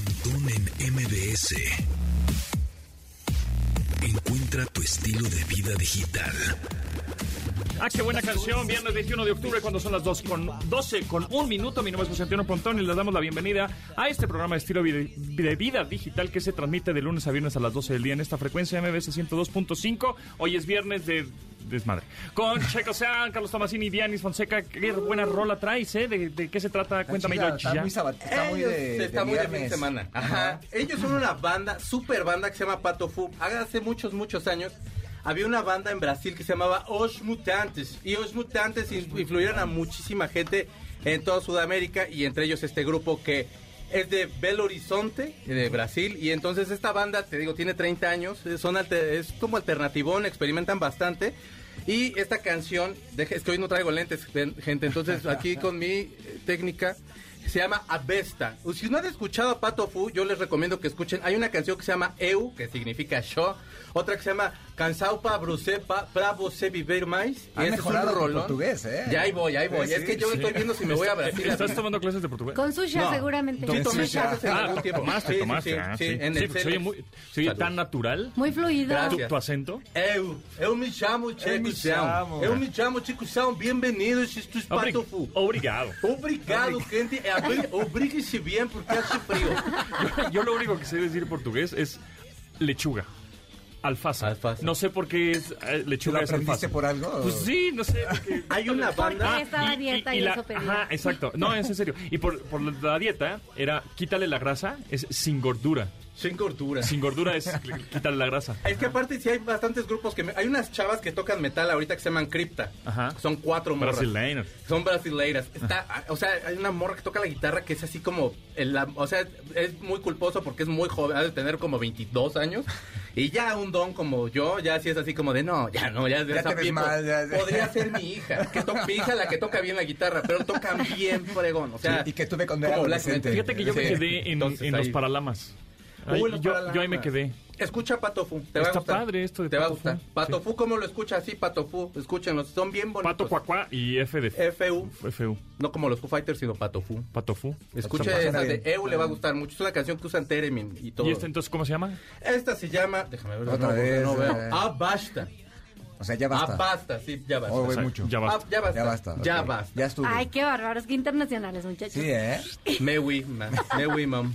Pontón en MBS. Encuentra tu estilo de vida digital. Qué buena canción. Viernes 21 de octubre, cuando son las 12 con un minuto. Mi nombre es José Antonio Pontón y les damos la bienvenida a este programa de estilo de vida digital que se transmite de lunes a viernes a las 12 del día en esta frecuencia MBS 102.5. Hoy es viernes de desmadre. Con Checo Sean, Carlos Tomasini y Dianis Fonseca. Qué buena rola traes, ¿eh? ¿De qué se trata? Cuéntame, yo. Está muy de fin de semana. Ajá. Ellos son una banda, super banda, que se llama Pato Fu. Hace muchos años había una banda en Brasil que se llamaba Os Mutantes. Y Os Mutantes influyeron a muchísima gente en toda Sudamérica. Y entre ellos este grupo que es de Belo Horizonte, de Brasil. Y entonces esta banda, te digo, tiene 30 años. Es como alternativón, experimentan bastante. Y esta canción, es que hoy no traigo lentes, gente. Entonces aquí con mi técnica, se llama Avesta. Si no han escuchado a Pato Fu, yo les recomiendo que escuchen. Hay una canción que se llama Eu, que significa yo. Otra que se llama Cansao para você viver mais. Ha mejorado el portugués, ¿eh? Ya ahí voy. Sí, es que yo estoy viendo si me voy a Brasil. ¿Estás tomando clases de portugués? Con Susha, no, seguramente. Sí, tomé clases en algún tiempo. Tomaste. Sí, en el soy tan natural. Muy fluido. ¿Tu acento? Eu me chamo Chico São. Eu me chamo Chico São. Bienvenidos, isto es Pato Fu. Obrigado, gente. Obríguese bien porque hace frío. Yo lo único que sé decir en portugués es lechuga. Alfalfa. No sé por qué es lechuga. ¿Lo es aprendiste alfalfa por algo? Pues sí, no sé. Porque hay una banda. Porque estaba dieta y eso pedía. Ajá, exacto. No, es en serio. Y por la dieta era quítale la grasa, es sin gordura. Sin gordura. Sin gordura es quitarle la grasa. Es que aparte sí hay bastantes grupos que... Hay unas chavas que tocan metal ahorita que se llaman Cripta. Ajá. Son 4 morras. Brasileiras. Son brasileiras. O sea, hay una morra que toca la guitarra que es así como... o sea, es muy culposo porque es muy joven. Ha de tener como 22 años. Y ya un don como yo, ya sí es así como de... Ya te ves mal. Podría ser mi hija. Mi hija la que toca bien la guitarra, pero tocan bien fregón. O sea... Sí, y que tuve cuando era adolescente. Fíjate que yo me quedé en los Paralamas. Yo ahí me quedé. Escucha Pato Fu, te va a gustar. Está padre esto de Te va a gustar. Pato Fu, ¿cómo lo escuchas? Sí, Pato Fu, escúchenlos, son bien bonitos. Pato Cuacuá y FU. No como los Foo Fighters, sino Pato Fu. Pato Fu. Escucha esa de Eu, le va a gustar mucho. Es una canción que usan Teremin y todo. ¿Y esta entonces cómo se llama? Esta se llama, déjame ver. Otra vez. No veo. Basta. O sea, ya basta. Basta, sí, ya basta. O sea, mucho. Ya basta. Ya basta. Okay. Ya basta. Ya estuvo. Ay, qué bárbaros, qué internacionales, muchachos. Sí, ¿eh? Me oui, mam.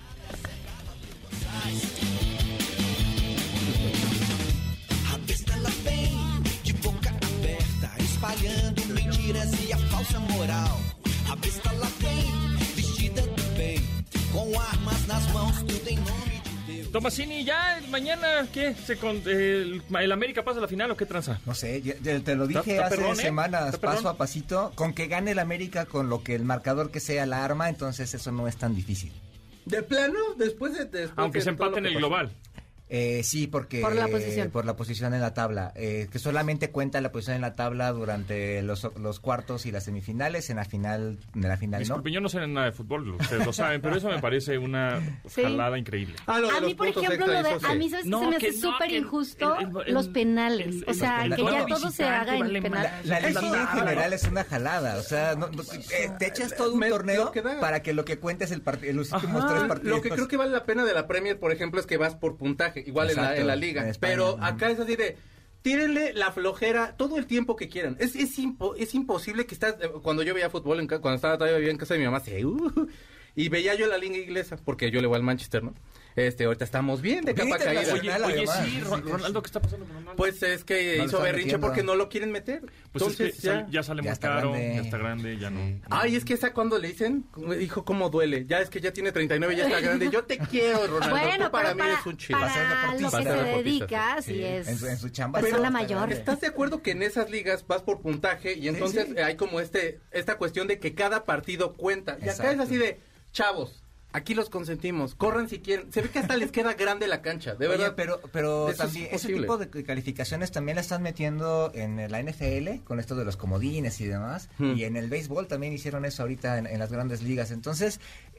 Espalhando mentiras e a falsa moral. A besta lá vem, vestida de bem, com armas nas mãos, tudo em nome de Deus. Tomasini, ¿ya mañana qué? ¿El América pasa a la final o qué tranza? No sé, te lo dije hace semanas, paso a pasito. Con que gane el América con lo que el marcador que sea la arma, entonces eso no es tan difícil. ¿De plano? Después aunque se empate en el global. Sí, porque por la posición en la tabla, que solamente cuenta la posición en la tabla durante los cuartos y las semifinales. En la final Disculpen, yo no sé nada de fútbol, ustedes lo saben, pero eso me parece una jalada increíble. A mí, por ejemplo, a mí ¿sabes que se me hace súper injusto? Los penales, o sea, que ya todo se haga en penal. La liguilla en general es una jalada, o sea, te echas todo un torneo para que lo que cuentes los últimos 3 partidos. Lo que creo que vale la pena de la Premier, por ejemplo, es que vas por puntaje. Igual en la liga, pero acá es así de tírenle la flojera todo el tiempo que quieran. Es imposible que estás cuando yo veía fútbol cuando estaba todavía en casa de mi mamá, y veía yo la liga inglesa porque yo le voy al Manchester, ¿no? Ahorita estamos bien de capa caída. Oye, sí, Ronaldo, ¿qué está pasando con Ronaldo? Pues es que hizo berrinche porque no lo quieren meter. Pues entonces es que ya sale muy caro, ya está grande, ya no. Ay, es que esa cuando le dicen, dijo cómo duele. Ya es que ya tiene 39, ya está grande. Yo te quiero, Ronaldo. Bueno, tú para mí es un chido. Para lo que se dedica, así es. En su chamba. Pero la mayor. ¿Estás de acuerdo que en esas ligas vas por puntaje y entonces hay como esta cuestión de que cada partido cuenta? Y acá es así de, chavos, aquí los consentimos, corran si quieren. Se ve que hasta les queda grande la cancha, de verdad. Pero también ese tipo de calificaciones también la están metiendo en la NFL con esto de los comodines y demás. Y en el béisbol también hicieron eso ahorita en las grandes ligas. Entonces,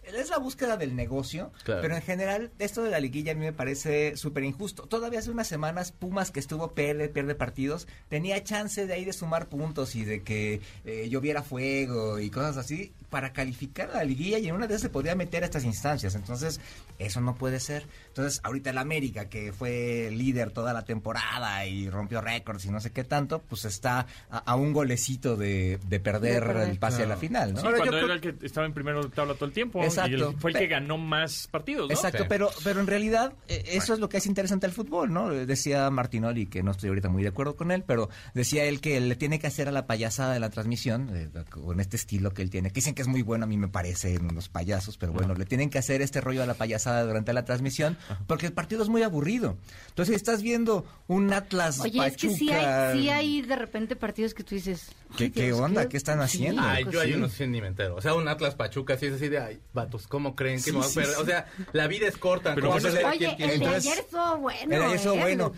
es la búsqueda del negocio, pero en general esto de la liguilla a mí me parece súper injusto. Todavía hace unas semanas Pumas, que estuvo pierde partidos, tenía chance de ahí de sumar puntos y de que lloviera fuego y cosas así para calificar a la liguilla, y en una de esas se podía meter a estas instancias. Entonces eso no puede ser. Entonces ahorita el América, que fue líder toda la temporada y rompió récords y no sé qué tanto, pues está a un golecito de perder el pase a la final, ¿no? Sí, cuando era el que estaba en primera tabla todo el tiempo. Exacto. Y fue el que ganó más partidos, ¿no? Exacto, sí. pero en realidad eso es lo que es interesante al fútbol, ¿no? Decía Martinoli, que no estoy ahorita muy de acuerdo con él, pero decía él que le tiene que hacer a la payasada de la transmisión, con este estilo que él tiene, que dicen que es muy bueno, a mí me parecen unos payasos, pero bueno, le tienen que hacer este rollo a la payasada durante la transmisión, porque el partido es muy aburrido. Entonces, estás viendo un Atlas Pachuca... Es que sí hay de repente partidos que tú dices... ¿Qué onda? ¿Qué están haciendo? Yo hay unos ni me entero. O sea, un Atlas Pachuca, sí es así de, ay, vatos, ¿cómo creen que me voy a perder? O sea, la vida es corta. Pero el de ayer estuvo bueno. El de ayer estuvo bueno.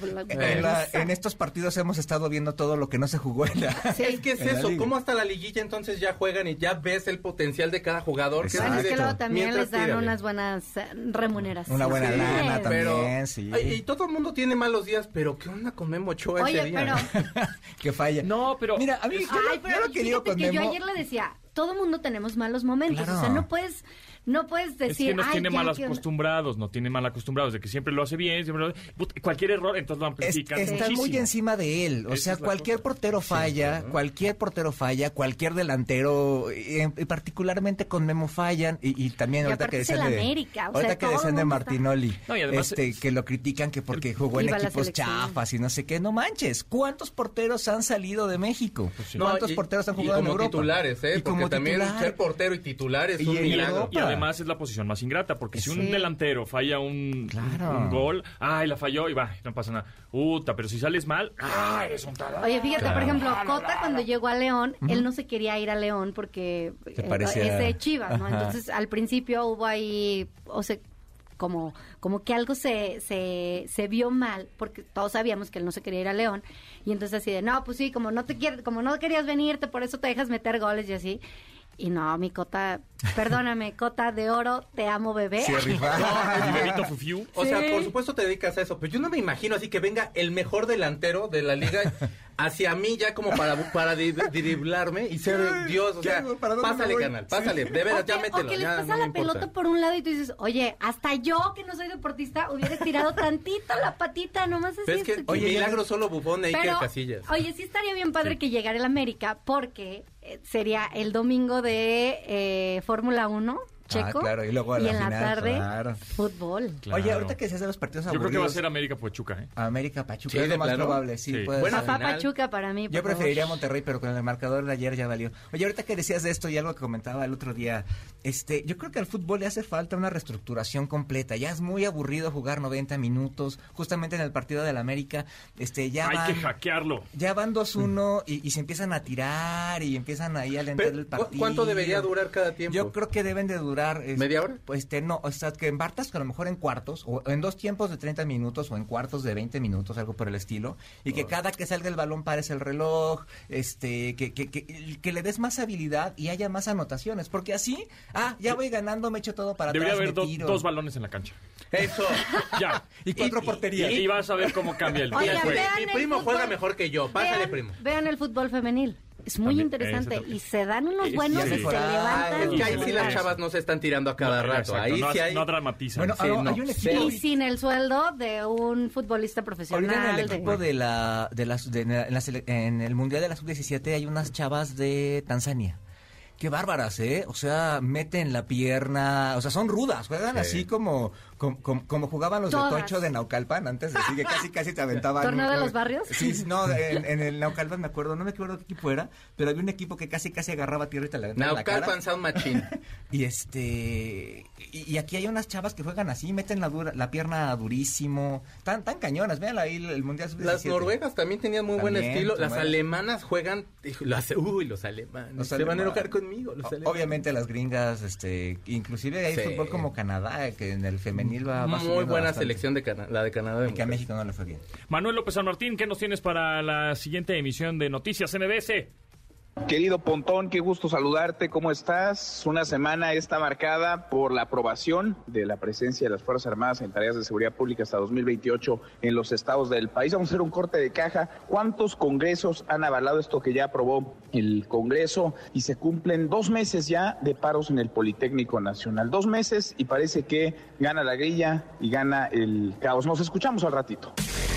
En estos partidos hemos estado viendo todo lo que no se jugó en la... Sí. Es que es eso, ¿cómo hasta la liguilla entonces ya juegan y ya ves el potencial de cada jugador? Bueno, es que luego también les dan unas buenas remuneraciones. Una buena lana también, sí. Y todo el mundo tiene malos días, pero ¿qué onda con Memo Ochoa ese día? Que falla. No, pero... Mira, a mí... Yo lo que digo con Memo... Yo ayer le decía, todo mundo tenemos malos momentos, claro. O sea, no puedes decir... Es que nos tiene mal acostumbrados, de que siempre lo hace bien, cualquier error, entonces lo amplifican Está muy encima de él, o sea, cualquier portero falla, cualquier delantero, y particularmente con Memo fallan, y también ahorita que decían de Martinoli, no, y además, que lo critican que porque jugó en equipos chafas y no sé qué, no manches, ¿cuántos porteros han salido de México? Pues sí. ¿Cuántos porteros han jugado en Europa? Titulares, porque también ser portero y titular es un milagro. Y además es la posición más ingrata, porque si un delantero falla un gol, la falló y va, no pasa nada. Pero si sales mal, eres un tarado. Oye, fíjate, por ejemplo, Cota cuando llegó a León, él no se quería ir a León porque es de Chivas, ¿no? Entonces, al principio hubo ahí, o sea, como que algo se vio mal, porque todos sabíamos que él no se quería ir a León, y entonces así de, no, pues sí, como no querías venirte, por eso te dejas meter goles y así. Y no, mi Cota, perdóname, Cota de oro, te amo, bebé. Sí, mi bebito Fufiu. O sea, por supuesto te dedicas a eso, pero yo no me imagino así que venga el mejor delantero de la liga hacia mí ya como para driblarme y ser Dios, o sea, pásale, canal, pásale, de veras, ya mételo. O que les pasa la pelota por un lado y tú dices, oye, hasta yo, que no soy deportista, hubiera tirado tantito la patita, nomás así. Pero es que, milagro solo Bufón e Iker Casillas. Oye, sí estaría bien padre que llegara el América, porque sería el domingo de Fórmula 1, Checo, claro, y luego en la tarde, fútbol. Claro. Oye, ahorita que se hace los partidos aburridos... Yo creo que va a ser América-Pachuca, América-Pachuca, es lo más probable, sí. Puede ser. Pachuca para mí, yo preferiría Monterrey, pero con el marcador de ayer ya valió. Oye, ahorita que decías de esto y algo que comentaba el otro día, yo creo que al fútbol le hace falta una reestructuración completa. Ya es muy aburrido jugar 90 minutos, justamente en el partido del América, ya hay que hackearlo. Ya van 2-1 y se empiezan a tirar y empiezan ahí a alentar el partido. ¿Cuánto debería durar cada tiempo? Yo creo que deben de durar... ¿Media hora? No, o sea, que en Bartas, que a lo mejor en cuartos, o en 2 tiempos de 30 minutos, o en cuartos de 20 minutos, algo por el estilo, y que cada que salga el balón pares el reloj, que le des más habilidad y haya más anotaciones, porque así, ya voy ganando, me echo todo para atrás, debería haber 2 balones en la cancha. Eso. Ya. Y 4 porterías. Y vas a ver cómo cambia el día. Mi primo juega mejor que yo. Pásale, primo. Vean el fútbol femenil. Es muy interesante y se dan unos buenos y se levantan. Es que ahí sí las chavas no se están tirando a cada rato. Ahí sí hay... No dramatizan. Bueno, hay un equipo... Y sin el sueldo de un futbolista profesional. Ahorita en el equipo en el Mundial de la Sub-17 hay unas chavas de Tanzania. Qué bárbaras, O sea, meten la pierna, o sea, son rudas, juegan así como jugaban los todas. De Tocho de Naucalpan antes, así que casi te aventaban. ¿Torneo de los barrios? Sí, no, en el Naucalpan me acuerdo, no me acuerdo qué equipo era, pero había un equipo que casi agarraba tierra y te la aventaba en la cara. Naucalpan Sound Machine. Y aquí hay unas chavas que juegan así, meten la pierna durísimo, tan cañonas, vean ahí el Mundial Sub-17. Las noruegas también tenían muy buen estilo, las alemanas juegan, los alemanes se van a enojar conmigo. Obviamente las gringas, inclusive hay fútbol como Canadá, que en el femenil va muy buena selección la de Canadá. Y que a México no le fue bien. Manuel López San Martín, ¿qué nos tienes para la siguiente emisión de Noticias MBS? Querido Pontón, qué gusto saludarte, ¿cómo estás? Una semana está marcada por la aprobación de la presencia de las Fuerzas Armadas en tareas de seguridad pública hasta 2028 en los estados del país. Vamos a hacer un corte de caja. ¿Cuántos congresos han avalado esto que ya aprobó el Congreso? Y se cumplen 2 meses ya de paros en el Politécnico Nacional. 2 meses y parece que gana la grilla y gana el caos. Nos escuchamos al ratito.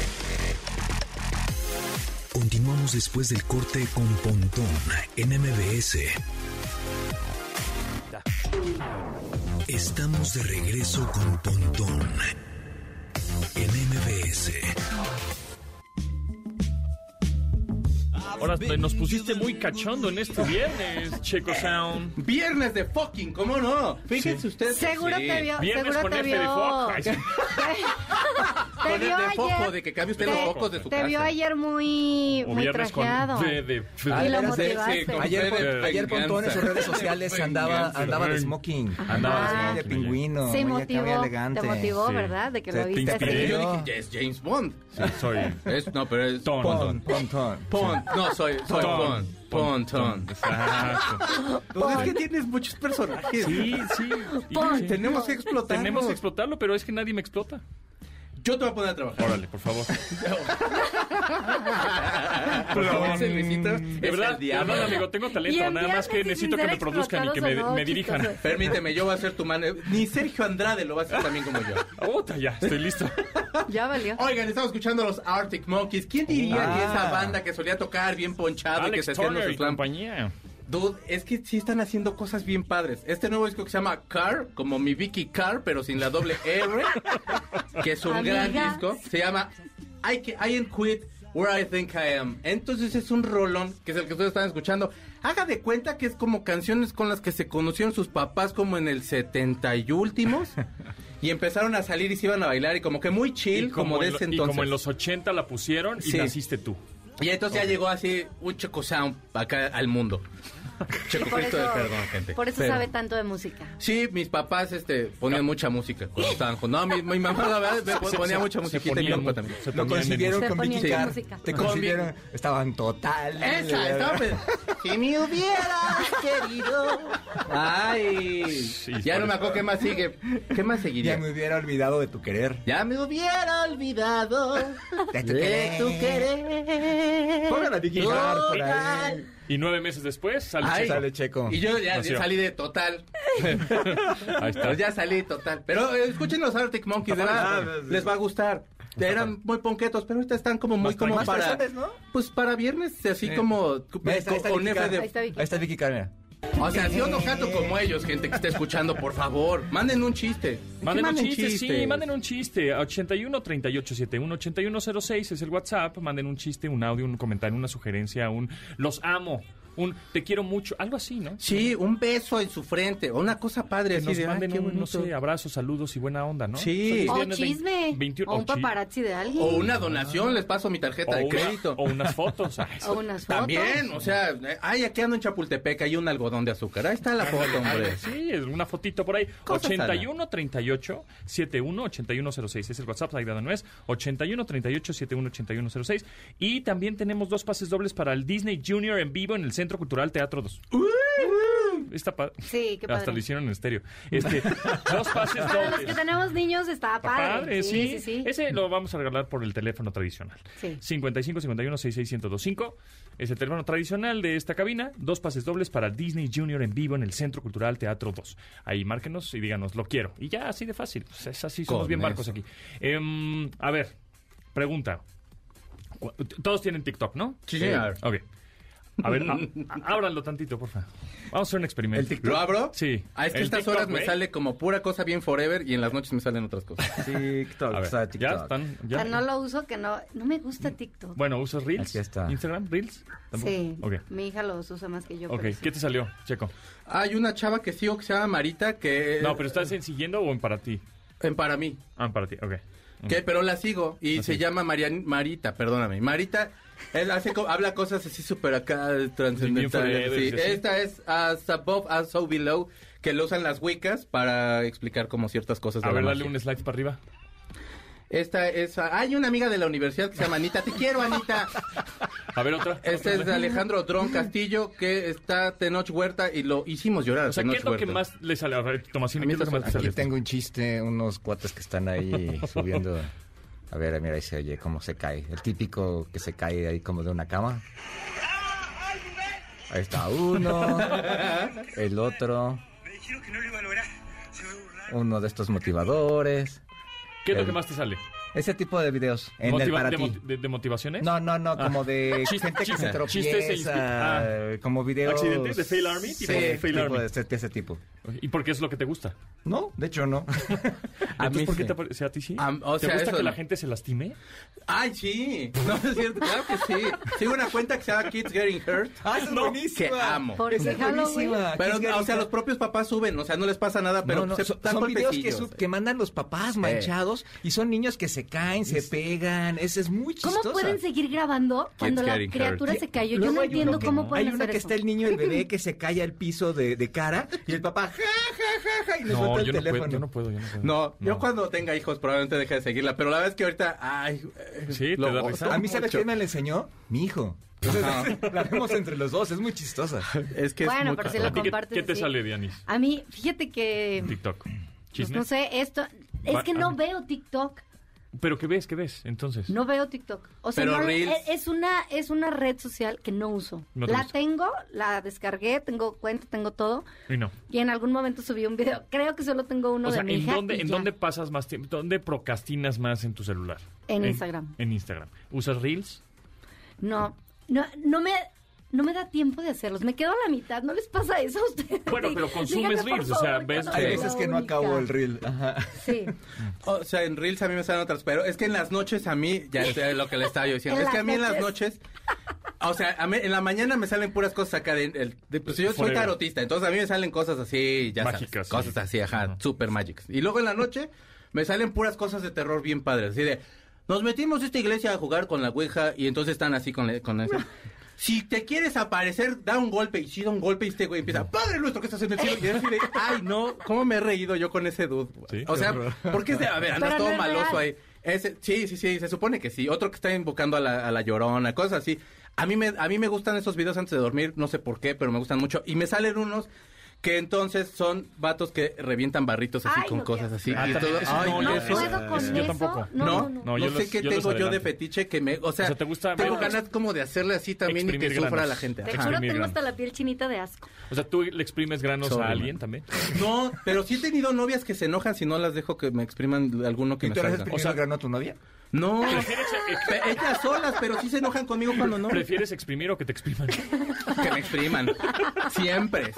Continuamos después del corte con Pontón en MBS. Estamos de regreso con Pontón en MBS. Ahora nos pusiste muy cachondo en este viernes, Checo Sound. Viernes de fucking, ¿cómo no? Fíjense ustedes. Seguro te vio. Viernes Seguro con te F de vio. foco. Con el de foco, de que cambie usted los focos de su casa. Te vio ayer muy trajeado. Y lo motivaste. Ayer Pontón en sus redes sociales andaba de smoking. Andaba de pingüino. Se muy motivó. elegante. Te motivó, ¿verdad? De que lo viste así. Yo dije, ya es James Bond. Sí, soy. No, pero es Pontón. No, soy Pontón. Exacto. Pues es que tienes muchos personajes. Sí. Tenemos que explotarlos. Tenemos que explotarlo, pero es que nadie me explota. Yo te voy a poner a trabajar. Órale, por favor. Ese Luisito De verdad, amigo, tengo talento. Nada más que necesito que me produzcan y que me dirijan. Permíteme, yo voy a hacer tu mano. Ni Sergio Andrade lo va a hacer también como yo. Ya, estoy listo. Ya valió. Oigan, estamos escuchando a los Arctic Monkeys. ¿Quién diría que esa banda que solía tocar bien ponchado y que se hacían Turner sus compañía. Dude, es que sí están haciendo cosas bien padres. Este nuevo disco que se llama Car, como mi Vicky Car, pero sin la doble R, que es un gran disco. Se llama I Ain't Quit Where I Think I Am. Entonces es un rolón, que es el que ustedes están escuchando. Haga de cuenta que es como canciones con las que se conocieron sus papás como en el 70 y últimos. Y empezaron a salir y se iban a bailar y como que muy chill, como de ese entonces. Y como en los 80 la pusieron y naciste tú. Y entonces ya llegó así un Checo Sound acá al mundo. Checo Cristo del perdón, gente. Por eso sabe tanto de música. Sí, mis papás ponían mucha música cuando estaban juntos. No, mi mamá la verdad ponía mucha musiquita y mi papá también. Lo consiguieron con Vicky Car. Te consiguieron. Estaban total. Estaba. Si me hubieras querido. Ay. Ya no me acuerdo qué más sigue. ¿Qué más seguiría? Ya me hubiera olvidado de tu querer. Ya me hubiera olvidado de tu querer. Pongan a Vicky Car por ahí. Y 9 meses después sale Checo. Y yo ya salí de total. Ahí está. Pues ya salí total. Pero escuchen los Arctic Monkeys, de verdad, les va a gustar. Eran muy ponquetos, pero ahorita están como muy como para... ¿no? Pues para viernes, así como... Con F de... Ahí está Vicky Car, mira. O sea, si yo no canto como ellos, gente que está escuchando, por favor, manden un chiste. Manden un chiste. 81 38 71 8106 es el WhatsApp. Manden un chiste, un audio, un comentario, una sugerencia, un los amo, un te quiero mucho, algo así, ¿no? Sí, un beso en su frente, o una cosa padre. Que así nos manden no sé, abrazos, saludos y buena onda, ¿no? Sí. O chisme. O un paparazzi de alguien. O una donación, les paso mi tarjeta de crédito. O unas fotos. O unas fotos. También, o sea, aquí ando en Chapultepec, hay un algodón de azúcar. Ahí está la foto, hombre. Sí, es una fotito por ahí. 81 38 71 8106 es el WhatsApp, ahí no es. 81 38 71 8106. Y también tenemos 2 pases dobles para el Disney Junior en vivo en el Centro Cultural Teatro 2. Sí, qué padre. Hasta lo hicieron en estéreo. 2 pases dobles. Para los que tenemos niños está padre. Sí. Ese lo vamos a regalar por el teléfono tradicional. Sí. 55 51 66 1025 es el teléfono tradicional de esta cabina. 2 pases dobles para Disney Junior en vivo en el Centro Cultural Teatro 2. Ahí márquenos y díganos, lo quiero. Y ya, así de fácil. Pues es así, somos bien barcos aquí. A ver, pregunta. Todos tienen TikTok, ¿no? Sí. Ok. A ver, ábranlo tantito, por favor. Vamos a hacer un experimento. ¿Lo abro? Sí. Es que estas TikTok, horas me sale como pura cosa bien forever y en las noches me salen otras cosas. TikTok, a ver, TikTok. ¿ya están? ¿Ya? O sea, no lo uso, que no me gusta TikTok. Bueno, ¿usas Reels? Aquí está. ¿Instagram? ¿Reels? ¿Tampoco? Sí. Okay. Mi hija los usa más que yo. Ok, ¿qué te salió, Checo? Hay una chava que sigo que se llama Marita que... No, pero ¿estás siguiendo o en para ti? En para mí. Para ti, ok. Pero la sigo y se llama Marita, perdóname. Marita, él habla cosas así súper acá trascendentales. Sí. Esta es As Above, As So Below, que lo usan las wiccas para explicar como ciertas cosas de A ver, la dale magia. un slide para arriba. Hay una amiga de la universidad que se llama Anita. Te quiero, Anita. A ver, otra. Este es de Alejandro Dron Castillo, que está Tenoch Huerta y lo hicimos llorar. O sea, ¿qué es lo que más le sale? A ver, Tomasini, ¿qué es lo que más le sale? Aquí tengo un chiste, unos cuates que están ahí subiendo. A ver, mira, ahí se oye cómo se cae. El típico que se cae ahí como de una cama. Ahí está uno, el otro. Me dijeron que no lo iba a lograr. Se va a burlar. Uno de estos motivadores. ¿Qué es lo que más te sale? Ese tipo de videos. En el para ti. ¿De motivaciones? No, como de gente que se tropieza. Como videos. ¿Accidentes de Fail Army? Sí, de ese tipo. ¿Y por qué es lo que te gusta? No, de hecho no. ¿A mí por qué te parece? ¿A ti sí? ¿Te gusta que la gente se lastime? ¡Ay, sí! No, es cierto, claro que sí. Sigo una cuenta que se llama Kids Getting Hurt. ¡Ah, es buenísima! Que amo. Esa es buenísima. Pero, o sea, los propios papás suben, o sea, no les pasa nada, pero son videos que mandan los papás manchados y son niños que se caen, se pegan. Es muy chistoso. ¿Cómo pueden seguir grabando cuando la criatura se cayó? Yo no entiendo cómo pueden hacer eso. Hay uno que está el niño, el bebé, que se cae al piso de cara y el papá y le suelta el teléfono. Yo no puedo. No, yo cuando tenga hijos probablemente deje de seguirla, pero la verdad es que ahorita, sí, te da risa. A mí, ¿sabes quién me la enseñó? Mi hijo. La vemos entre los dos, es muy chistosa. Es que bueno, es pero si lo compartes. ¿Qué te sale, Dianis? A mí, fíjate que TikTok. Pues no sé, esto es que no veo TikTok. ¿Pero qué ves? Entonces. No veo TikTok. O sea, pero es una red social que no uso. No la gusta. tengo, la descargué, tengo cuenta, tengo todo. Y no. Y en algún momento subí un video. Creo que solo tengo uno de mi hija. ¿En dónde pasas más tiempo? ¿Dónde procrastinas más en tu celular? En Instagram. En Instagram. ¿Usas Reels? No me da tiempo de hacerlos. Me quedo a la mitad. ¿No les pasa eso a ustedes? Bueno, pero consumes Reels, o sea, ves Hay veces que no acabo el Reel. Ajá. Sí. O sea, en Reels a mí me salen otras, pero es que en las noches a mí, ya sé lo que le estaba yo diciendo, es que a mí en las noches, o sea, en la mañana me salen puras cosas acá pues yo soy tarotista, entonces a mí me salen cosas así, ya mágicas, sabes, cosas así, super mágicas. Y luego en la noche me salen puras cosas de terror bien padres, así de, nos metimos a esta iglesia a jugar con la ouija y entonces están así con eso. Si te quieres aparecer, da un golpe. Y si da un golpe y este güey empieza, Padre nuestro que estás en el cielo. Y así de, ay, no, ¿cómo me he reído yo con ese dude? Sí, o sea, porque a ver, andas todo maloso ahí. Sí, se supone que sí. Otro que está invocando a la Llorona, cosas así. A mí me gustan esos videos antes de dormir, no sé por qué, pero me gustan mucho. Y me salen unos que entonces son vatos que revientan barritos así con cosas así. No puedo con eso. Yo tampoco. No sé qué tengo yo de fetiche que o sea ¿te gusta? Tengo ganas como de hacerle así también y que sufra a la gente. Te juro, tengo hasta la piel chinita de asco. O sea, ¿tú le exprimes granos a alguien también? No, pero sí he tenido novias que se enojan si no las dejo que me expriman alguno que me salga. ¿Y tú le exprimido grano a tu novia? No, ellas solas, pero sí se enojan conmigo cuando no. ¿Prefieres exprimir o que te expriman? Que me expriman. Siempre.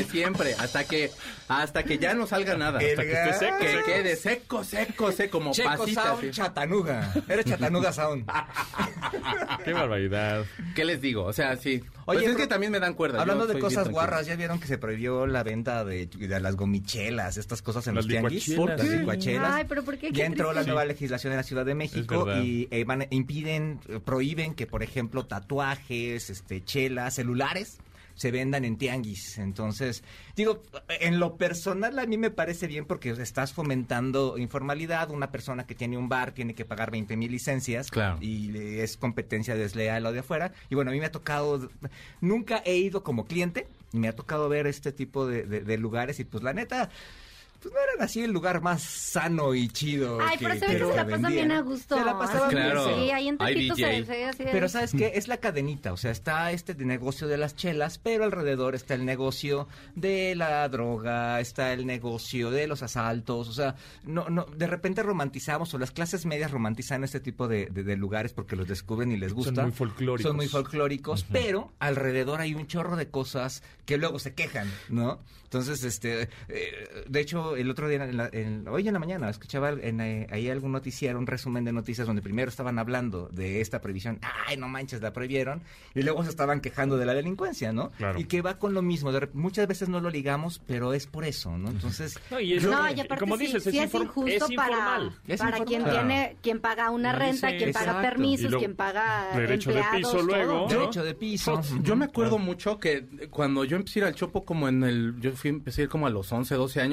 Hasta que ya no salga nada. Hasta que esté seco. Que quede seco, como Checo pasita. Sound Así. Chatanuga. Eres Chatanuga Sound. Qué barbaridad. ¿Qué les digo? O sea, sí. Oye, pues es que también me dan cuerda. Hablando de cosas guarras, ¿ya vieron que se prohibió la venta de las gomichelas, estas cosas en los tianguis? ¿Por qué? Las licuachelas. Ay, pero ¿por qué? Ya entró la nueva legislación en la Ciudad de México y prohíben que, por ejemplo, tatuajes, chelas, celulares se vendan en tianguis. Entonces, digo, en lo personal a mí me parece bien porque estás fomentando informalidad. Una persona que tiene un bar tiene que pagar 20,000 licencias. Claro. Y es competencia desleal lo de afuera. Y bueno, a mí me ha tocado, nunca he ido como cliente y me ha tocado ver este tipo de lugares y pues la neta, pues no eran así el lugar más sano y chido. Ay, pero se ve que se la pasan bien a gusto. Se la pasaban bien. Claro. Sí, ahí en Tepito se ve así de... Pero ¿sabes qué? Es la cadenita, o sea, está de negocio de las chelas, pero alrededor está el negocio de la droga, está el negocio de los asaltos, o sea, no, de repente romantizamos, o las clases medias romantizan este tipo de lugares porque los descubren y les gusta. Son muy folclóricos. Pero alrededor hay un chorro de cosas que luego se quejan, ¿no? Entonces, de hecho, el otro día, hoy en la mañana, escuchaba ahí algún noticiero, un resumen de noticias donde primero estaban hablando de esta prohibición, ay, no manches, la prohibieron, y luego se estaban quejando de la delincuencia, ¿no? Claro. Y que va con lo mismo, muchas veces no lo ligamos, pero es por eso, ¿no? Entonces... y aparte como dices, sí es injusto es informal. para quien paga una renta, quien paga permisos, quien paga derecho empleados, de piso luego, todo. Derecho de piso. Yo me acuerdo mucho que cuando yo empecé a ir al Chopo como empecé a ir como a los 11, 12 años, que me llevó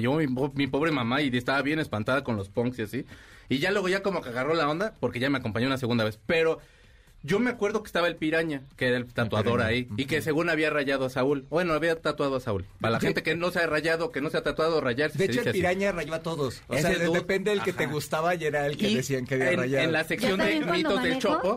acompañó mi pobre mamá y estaba bien espantada con los punks y así. Y ya luego ya como que agarró la onda porque ya me acompañó una segunda vez. Pero yo me acuerdo que estaba el Piraña, que era el tatuador ahí, y que según había rayado a Saúl. Bueno, había tatuado a Saúl. Para la gente que no se ha rayado, que no se ha tatuado, rayarse. De hecho, el Piraña rayó a todos. O sea, depende del que te gustaba y era el que decían que había rayado. En la sección de mitos del Chopo,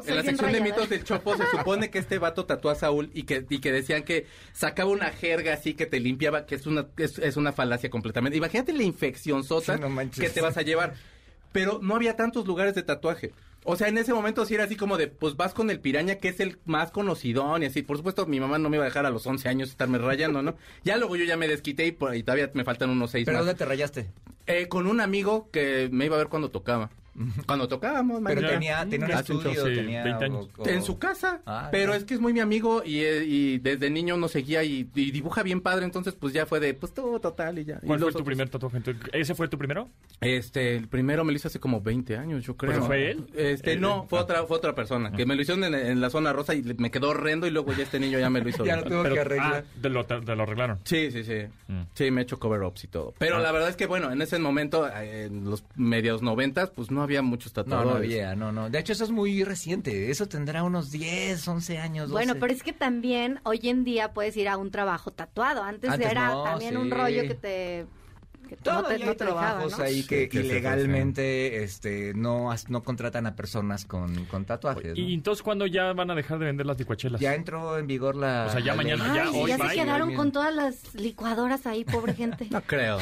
se supone que este vato tatuó a Saúl y que decían que sacaba una jerga así que te limpiaba, que es una falacia completamente. Imagínate la infección sota que te vas a llevar. Pero no había tantos lugares de tatuaje. O sea, en ese momento sí era así como de, pues vas con el Piraña, que es el más conocidón y así. Por supuesto, mi mamá no me iba a dejar a los 11 años estarme rayando, ¿no? Ya luego yo ya me desquité y todavía me faltan unos 6 ¿Pero más. dónde te rayaste? Con un amigo que me iba a ver cuando tocaba. Cuando tocábamos, pero tenía un estudio, tenía 20 años. En su casa, pero es que es muy mi amigo y desde niño nos seguía y dibuja bien padre, entonces pues ya fue de, pues todo total y ya. ¿Cuál fue tu primer tatuaje? ¿Ese fue tu primero? El primero me lo hizo hace como 20 años, yo creo. ¿Pero fue él? No, fue otra persona, que me lo hicieron en la zona rosa y me quedó horrendo y luego ya este niño ya me lo hizo. Ya lo tuvo que arreglar. ¿Te lo arreglaron? Sí. Sí, me he hecho cover-ups y todo. Pero la verdad es que, bueno, en ese momento, en los mediados 90, pues no había muchos tatuadores. No. De hecho, eso es muy reciente. Eso tendrá unos 10, 11 años, 12. Bueno, pero es que también hoy en día puedes ir a un trabajo tatuado. Antes era también un rollo que te... Todavía hay trabajos ahí que ilegalmente no contratan a personas con tatuajes, ¿no? ¿Y entonces cuándo ya van a dejar de vender las licuachelas? Ya entró en vigor la... O sea, ya mañana, hoy ya se quedaron con todas las licuadoras ahí, pobre gente. No creo.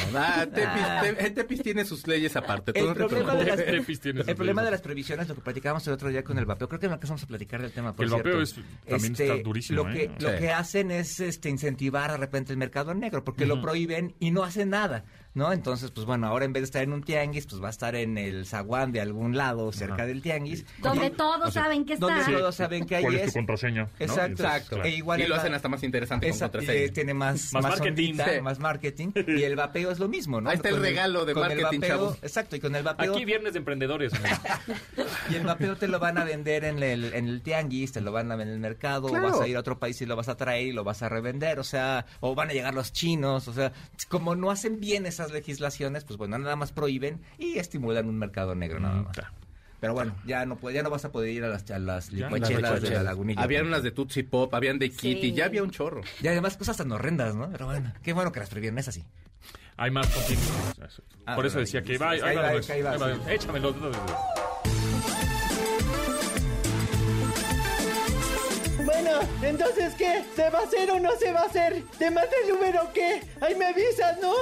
Tepis tiene sus leyes aparte. El problema de las previsiones, lo que platicábamos el otro día con el vapeo, creo que no alcanzamos a platicar del tema, por el vapeo también está durísimo. Lo que hacen es incentivar de repente el mercado negro, porque lo prohíben y no hacen nada, ¿no? Entonces, pues bueno, ahora en vez de estar en un tianguis, pues va a estar en el zaguán de algún lado cerca del tianguis. Donde todos saben que está. Donde todos saben que ahí ¿Cuál es tu contraseña? Exacto. Claro. Y lo hacen hasta más interesante con contraseña. Tiene más marketing. Más marketing. Y el vapeo es lo mismo, ¿no? Ahí está el regalo de marketing, chavos. Exacto, y con el vapeo... Aquí viernes de emprendedores. Y el vapeo te lo van a vender en el tianguis, te lo van a vender en el mercado, o vas a ir a otro país y lo vas a traer y lo vas a revender, o sea, o van a llegar los chinos, o sea, como no hacen bien esas legislaciones, pues bueno, nada más prohíben y estimulan un mercado negro nada más. Pero bueno, ya no vas a poder ir a las licuachelas de la Lagunilla. Habían unas de Tootsie Pop, habían de Kitty, ya había un chorro. Y además cosas tan horrendas, ¿no? Pero bueno, qué bueno que las prohibieron, es así. Hay más continuos. Por eso decía que va. Échamelo. Bueno, entonces, ¿qué? ¿Se va a hacer o no se va a hacer? ¿Te manda el número o qué? Ahí me avisas, ¿no?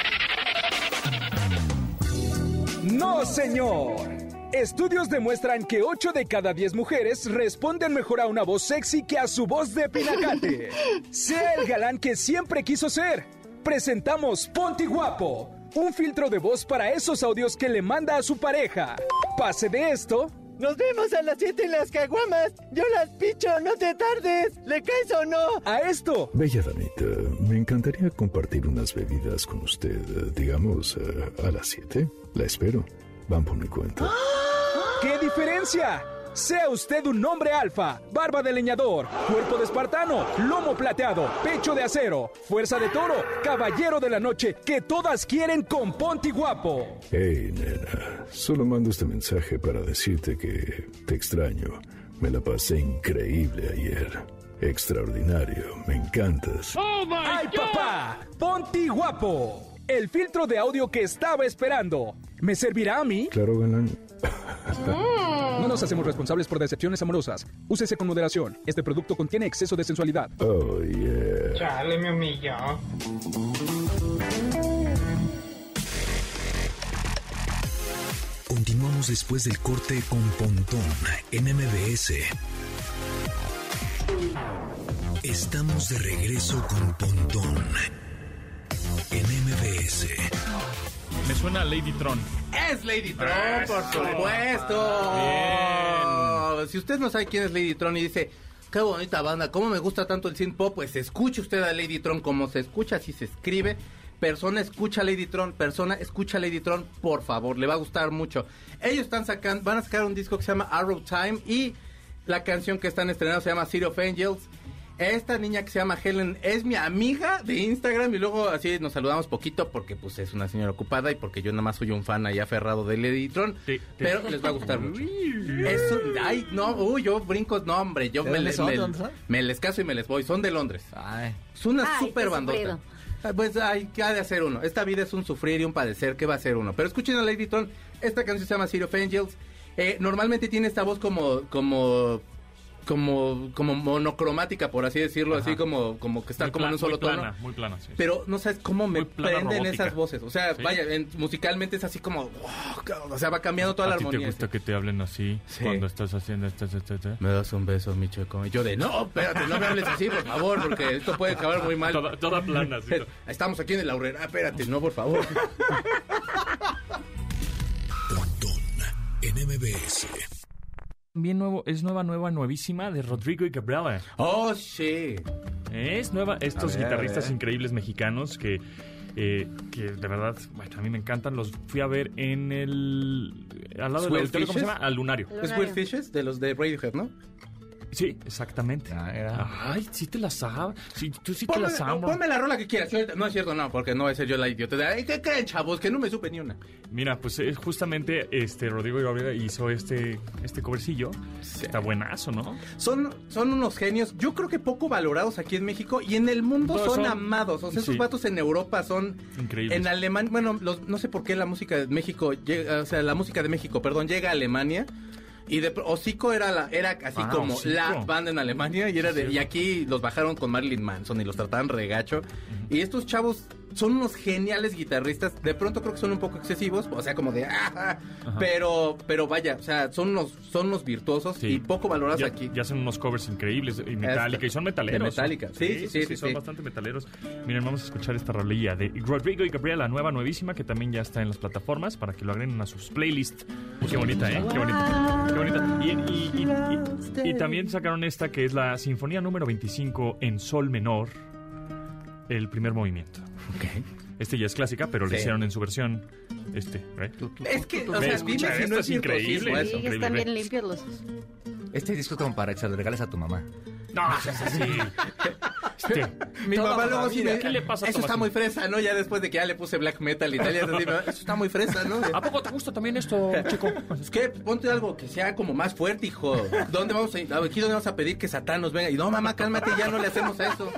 ¡No, señor! Estudios demuestran que 8 de cada 10 mujeres responden mejor a una voz sexy que a su voz de pinacate. Sea el galán que siempre quiso ser. Presentamos Ponti Guapo, un filtro de voz para esos audios que le manda a su pareja. Pase de esto. Nos vemos a las 7 en las caguamas. Yo las picho, no te tardes. ¿Le caes o no? A esto. Bella damita, me encantaría compartir unas bebidas con usted. Digamos, a las 7. La espero. Van por mi cuenta. ¿Qué diferencia? Sea usted un hombre alfa, barba de leñador, cuerpo de espartano, lomo plateado, pecho de acero, fuerza de toro, caballero de la noche, que todas quieren con Ponti Guapo. Hey, nena, solo mando este mensaje para decirte que te extraño. Me la pasé increíble ayer. Extraordinario, me encantas. ¡Oh, my ¡Ay, God! Papá! Ponti Guapo, el filtro de audio que estaba esperando. ¿Me servirá a mí? Claro, galán. No nos hacemos responsables por decepciones amorosas. Úsese con moderación. Este producto contiene exceso de sensualidad. Oh, yeah. Chale, me humilló. Continuamos después del corte con Pontón en MBS. Estamos de regreso con Pontón en MBS. Me suena a Lady Tron. ¡Es Lady Tron, por supuesto! Bien. Si usted no sabe quién es Lady Tron y dice, qué bonita banda, cómo me gusta tanto el synth pop, pues escuche usted a Lady Tron como se escucha, así se escribe. Persona escucha a Lady Tron, por favor, le va a gustar mucho. Ellos van a sacar un disco que se llama Arrow Time y la canción que están estrenando se llama City of Angels. esta niña que se llama Helen es mi amiga de Instagram y luego así nos saludamos poquito porque pues es una señora ocupada y porque yo nada más soy un fan ahí aferrado del Editron, pero les va a gustar mucho. Eso, ay, no, yo brinco, no, hombre, yo me les caso y me les voy, son de Londres. Ay. Es una super bandota. Pues ¿qué ha de hacer uno? Esta vida es un sufrir y un padecer, ¿qué va a hacer uno? Pero escuchen a Lady Tron, esta canción se llama City of Angels. Normalmente tiene esta voz como monocromática, por así decirlo. Ajá. Así como que está como en un solo tono. Muy plana, sí. Pero no sabes cómo me prenden esas voces. O sea, ¿sí? Vaya, musicalmente es así como, o sea, va cambiando toda la armonía. ¿A ti te gusta que te hablen así cuando estás haciendo esto? Me das un beso, mi chico. Y yo no, espérate, no me hables así, por favor, porque esto puede acabar muy mal. Toda plana, sí. Estamos aquí en el Aurrera, espérate, no, por favor. Pontón en MBS. Bien nuevísima de Rodrigo y Gabriela. Oh, sí. Es nueva. Estos guitarristas increíbles mexicanos que de verdad, bueno, a mí me encantan. Los fui a ver en al lado del auditorio, ¿cómo se llama? Al Lunario. ¿Es Weird Fishes? De los de Radiohead, ¿no? Sí, exactamente. Ay, sí te la sabes. Sí, tú sí te la sabes. Ponme la rola que quieras. No es cierto, no, porque no voy a ser yo la idiota. Ay, ¿qué creen, chavos? Que no me supe ni una. Mira, pues justamente Rodrigo y Gabriela hizo este covercillo. Sí. Está buenazo, ¿no? Son unos genios. Yo creo que poco valorados aquí en México y en el mundo son amados. O sea, esos vatos en Europa son increíbles. En Alemania, bueno, no sé por qué la música de México llega a Alemania. Y Hocico era así como Hocico. La banda en Alemania y aquí los bajaron con Marilyn Manson y los trataban regacho. Uh-huh. Y estos chavos son unos geniales guitarristas. De pronto creo que son un poco excesivos, o sea, como de pero vaya, o sea, son unos virtuosos y poco valorados aquí. Ya hacen unos covers increíbles y Metallica, y son metaleros. De Metallica, sí, son bastante metaleros. Miren, vamos a escuchar esta rolilla de Rodrigo y Gabriela, nuevísima, que también ya está en las plataformas para que lo agreguen a sus playlists. Qué bonita, Qué bonita. Y también sacaron esta que es la Sinfonía número 25 en Sol menor, el primer movimiento. Okay. Ya es clásica, pero lo hicieron en su versión ¿right? Es que, o sea, dime si no es increíble. Sí, están bien limpios los... Este disco es como para que se lo regales a tu mamá. No, es así. Mi mamá luego sí ¿qué le pasa a eso está muy fresa, ¿no? Ya después de que ya le puse black metal y tal, eso está muy fresa, ¿no? ¿A poco te gusta también esto, chico? Es que ponte algo que sea como más fuerte, hijo. Aquí dónde vamos a pedir que Satán nos venga. Y no, mamá, cálmate, ya no le hacemos a eso.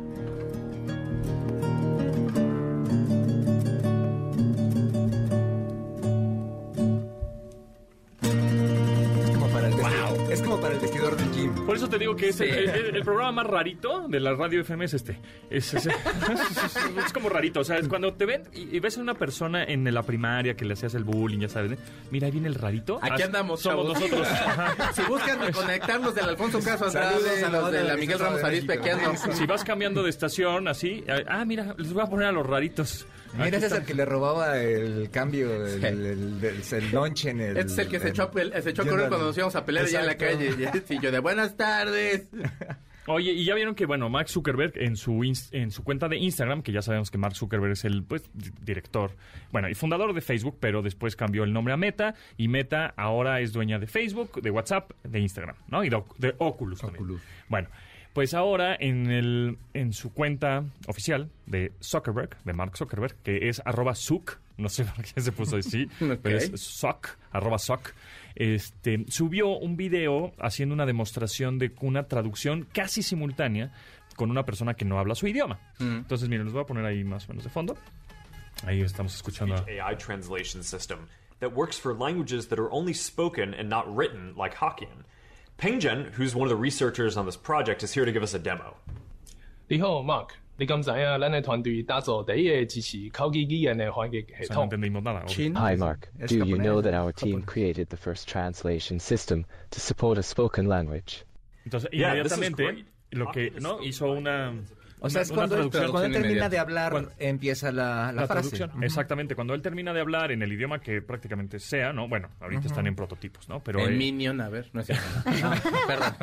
Es como para el vestidor del gym. Por eso te digo que es el programa más rarito de la radio FM es es como rarito. O sea, es cuando te ven y ves a una persona en la primaria que le hacías el bullying, ya sabes. Mira, ahí viene el rarito. Aquí andamos, somos nosotros. Si buscan reconectarnos del Alfonso Caso Andrade, los de la Miguel Ramos Arizpe, aquí andamos. Si vas cambiando de estación así, mira, les voy a poner a los raritos. Mira, ese es el que le robaba el cambio, el lunch en el... Este es el que se echó a correr cuando nos íbamos a pelear allá en la calle. Y yo de buenas tardes. Oye, y ya vieron que, bueno, Mark Zuckerberg en su cuenta de Instagram, que ya sabemos que Mark Zuckerberg es el director, bueno, y fundador de Facebook, pero después cambió el nombre a Meta, y Meta ahora es dueña de Facebook, de WhatsApp, de Instagram, ¿no? Y de Oculus también. Bueno, pues ahora en su cuenta oficial de Zuckerberg, de Mark Zuckerberg, que es @Zuck, no sé por qué se puso así, okay. Pero es Zuck, @Zuck, subió un video haciendo una demostración de una traducción casi simultánea con una persona que no habla su idioma. Entonces, miren, les voy a poner ahí más o menos de fondo. Ahí estamos escuchando AI translation system that works for languages that are only spoken and not written, like Hokkien. Pengjen, who's one of the researchers on this project, is here to give us a demo. 你好 ，Mark。你咁仔啊，咱嘅團隊打造第一個支持口技語言嘅翻譯系統。 Hi, Mark. Do you know that our team created the first translation system to support a spoken language? Entonces, inmediatamente, lo que hizo una... O sea, es cuando él termina de hablar, empieza la frase. Traducción. Exactamente, cuando él termina de hablar en el idioma que prácticamente sea, ¿no? Bueno, ahorita están en prototipos, ¿no? Pero en Minion, a ver, no es cierto. Perdón.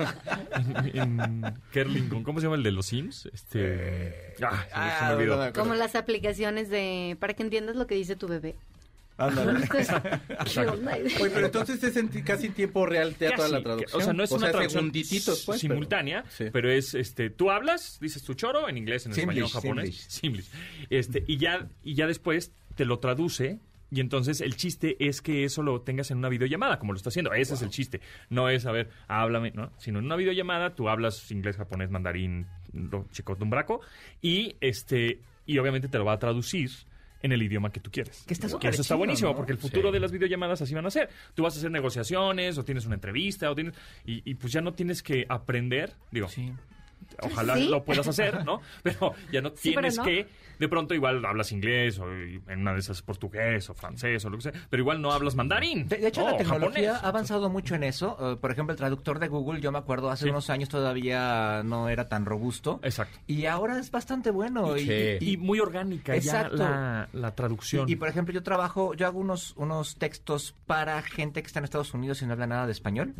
En Kerlingon, ¿cómo se llama el de los Sims? Se me olvidó. Como las aplicaciones para que entiendas lo que dice tu bebé. Ándale. Oye, pero entonces es casi en tiempo real toda la traducción. O sea, no es una traducción pues, simultánea, pero es, tú hablas, dices tu choro en inglés, en español, japonés, Simlish. Y ya después te lo traduce. Y entonces el chiste es que eso lo tengas en una videollamada, como lo está haciendo. Ese es el chiste. No es, a ver, háblame, ¿no? Sino en una videollamada tú hablas inglés, japonés, mandarín, chicotumbraco, y obviamente te lo va a traducir en el idioma que tú quieres. Que eso está buenísimo, ¿no? Porque el futuro de las videollamadas así van a ser. Tú vas a hacer negociaciones, o tienes una entrevista, y pues ya no tienes que aprender, ojalá lo puedas hacer, ¿no? Pero ya no tienes que... De pronto igual hablas inglés o en una de esas portugués o francés o lo que sea, pero igual no hablas mandarín. De hecho, la tecnología ha avanzado mucho en eso. Por ejemplo, el traductor de Google, yo me acuerdo, hace unos años todavía no era tan robusto. Exacto. Y ahora es bastante bueno. Y muy orgánica ya la traducción. Y, por ejemplo, yo hago unos textos para gente que está en Estados Unidos y no habla nada de español.